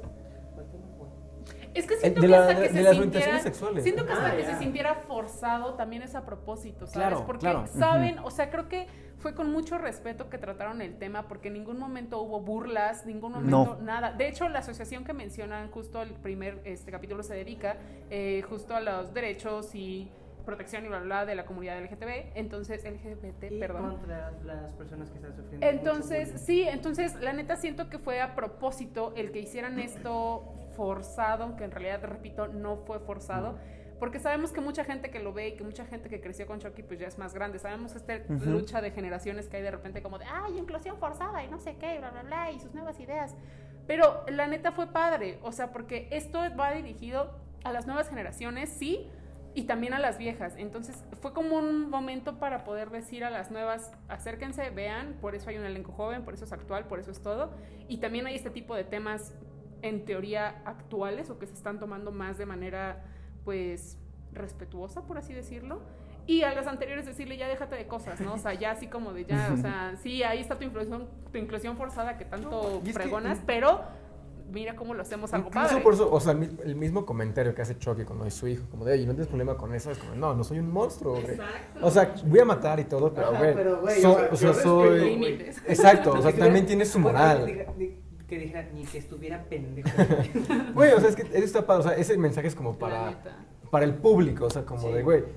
Es que siento de que la- hasta que de- se de las sintiera, orientaciones sexuales. siento que hasta Ah, que ya. se sintiera forzado también es a propósito, ¿sabes? Claro, porque claro. saben, o sea, creo que fue con mucho respeto que trataron el tema, porque en ningún momento hubo burlas, ningún momento nada. De hecho, la asociación que mencionan justo el primer este capítulo se dedica eh, justo a los derechos y protección y bla, bla, bla de la comunidad L G T B, entonces L G B T, Y perdón. contra las personas que están sufriendo. Entonces, mucho bullying. sí, entonces la neta siento que fue a propósito el que hicieran esto forzado, que en realidad, repito, no fue forzado, porque sabemos que mucha gente que lo ve y que mucha gente que creció con Chucky pues ya es más grande, sabemos que esta Ujú. lucha de generaciones que hay de repente como de, ay, inclusión forzada y no sé qué, bla, bla, bla, y sus nuevas ideas, pero la neta fue padre, o sea, porque esto va dirigido a las nuevas generaciones, sí, y también a las viejas. Entonces fue como un momento para poder decir a las nuevas, acérquense, vean, por eso hay un elenco joven, por eso es actual, por eso es todo. Y también hay este tipo de temas en teoría actuales o que se están tomando más de manera pues respetuosa, por así decirlo. Y a las anteriores decirle, ya déjate de cosas, ¿no? O sea, ya así como de ya, o sea, sí, ahí está tu inclusión, tu inclusión forzada que tanto y es que- pregonas, pero mira cómo lo hacemos algo Incluso padre. por eso, o sea, el, mi- el mismo comentario que hace Chucky cuando es su hijo, como de, oye, no tienes problema con eso, es como, no, no soy un monstruo, güey. Exacto. O sea, voy a matar y todo, pero, Ajá, güey, pero, güey, so- o sea, o sea, yo soy... respeto, límites. Exacto, o sea, Que también estuviera- tiene su bueno, moral. diga- di- Que dijera, ni que estuviera pendejo. Güey, o sea, es que eso está padre, o sea, ese mensaje es como La para, neta. para el público, o sea, como Sí. de, güey,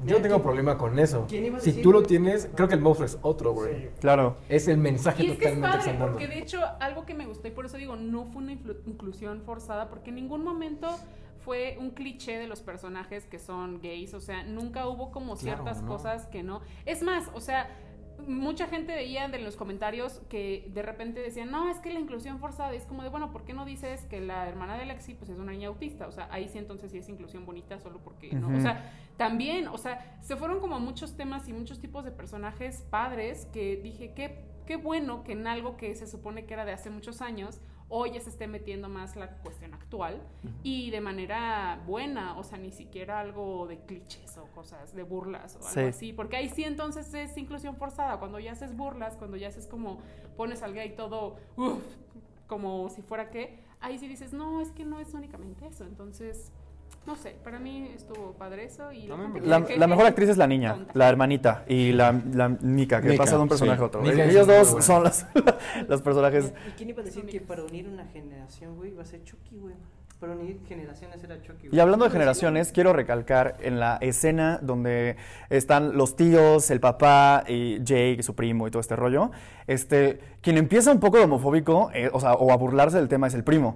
Yo no tengo problema con eso. ¿Quién iba a Si decir, tú lo güey? tienes, creo que el monstruo es otro, güey. Claro. Es el mensaje Y es que es totalmente que padre, están dando. porque de hecho algo que me gustó y por eso digo, no fue una influ- inclusión forzada, porque en ningún momento fue un cliché de los personajes que son gays, o sea, nunca hubo como Claro, ciertas ¿no? cosas que no. Es más, o sea, mucha gente veía de los comentarios que de repente decían, no, es que la inclusión forzada, y es como de, bueno, ¿por qué no dices que la hermana de Lexi pues es una niña autista? O sea, ahí sí entonces sí es inclusión bonita, solo porque, ¿no? Ujú. O sea, también, o sea, se fueron como muchos temas y muchos tipos de personajes padres que dije, qué, qué bueno que en algo que se supone que era de hace muchos años, hoy ya se esté metiendo más la cuestión actual y de manera buena, o sea, ni siquiera algo de clichés o cosas, de burlas o algo Sí. así, porque ahí sí entonces es inclusión forzada, cuando ya haces burlas, cuando ya haces como, pones al gay todo, uff, como si fuera que, ahí sí dices, no, es que no es únicamente eso, entonces, no sé, para mí estuvo padre eso y la, A mí me- gente que La, se queje, la mejor actriz es la niña, tonta. la hermanita, y la, la Nika, que Nika, pasa de un personaje sí. a otro. Nika es Ellos muy dos buena. son los, los personajes. ¿Y quién iba a decir que para unir una generación, güey, iba a ser Chucky, güey? Para unir generaciones era Chucky, güey. Y hablando de ¿Quién iba a decir, generaciones, quiero recalcar en la escena donde están los tíos, el papá, y Jake, su primo y todo este rollo, este, quien empieza un poco de homofóbico, eh, o sea, o a burlarse del tema es el primo.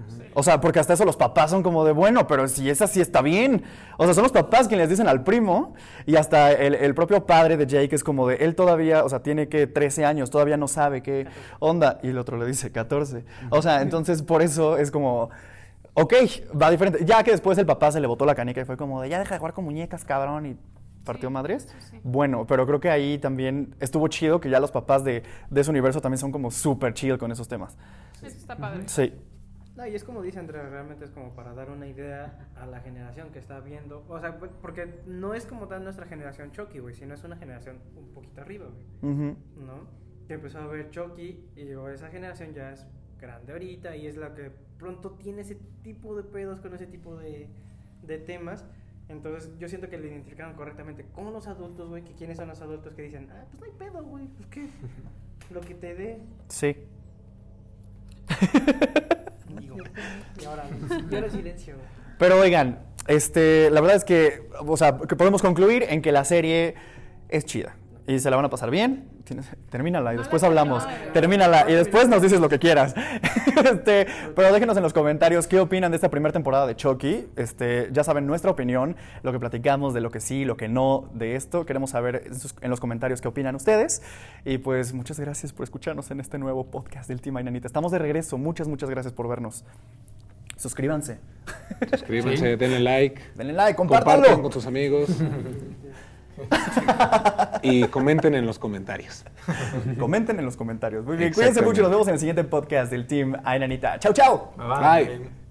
O sea, porque hasta eso los papás son como de, bueno, pero si es así está bien. O sea, son los papás quienes les dicen al primo y hasta el, el propio padre de Jake es como de, él todavía, o sea, tiene que trece años, todavía no sabe qué onda. Y el otro le dice catorce. O sea, entonces por eso es como, ok, va diferente. Ya que después el papá se le botó la canica y fue como de, ya deja de jugar con muñecas, cabrón, y partió Sí, madres. eso sí. Bueno, pero creo que ahí también estuvo chido que ya los papás de, de ese universo también son como súper chill con esos temas. Eso está padre. Sí. No, y es como dice Andrea, realmente es como para dar una idea a la generación que está viendo. O sea, porque no es como tal nuestra generación Chucky, güey, sino es una generación un poquito arriba, güey, Ujú. ¿no? Que empezó a ver Chucky y digo, esa generación ya es grande ahorita y es la que pronto tiene ese tipo de pedos con ese tipo de, de temas. Entonces yo siento que lo identificaron correctamente con los adultos, güey, que quiénes son los adultos que dicen, ah, pues no hay pedo, güey, pues qué, lo que te dé. Sí. Digo, y ahora, y ahora silencio. Pero oigan, este, la verdad es que, o sea, que podemos concluir en que la serie es chida y se la van a pasar bien. Tienes- Termínala y No después la hablamos. termino. Termínala y después nos dices lo que quieras. Este, pero déjenos en los comentarios qué opinan de esta primera temporada de Chucky. Este, ya saben nuestra opinión, lo que platicamos de lo que sí, lo que no de esto. Queremos saber en sus- en los comentarios qué opinan ustedes. Y pues muchas gracias por escucharnos en este nuevo podcast del Team Ainanita. Estamos de regreso. Muchas, muchas gracias por vernos. Suscríbanse. Suscríbanse, denle like, Denle like, compartan compártanlo. con sus amigos y comenten en los comentarios. Comenten en los comentarios. Muy bien, cuídense mucho. Nos vemos en el siguiente podcast del Team Ainanita. Chau, chau. Bye. Bye.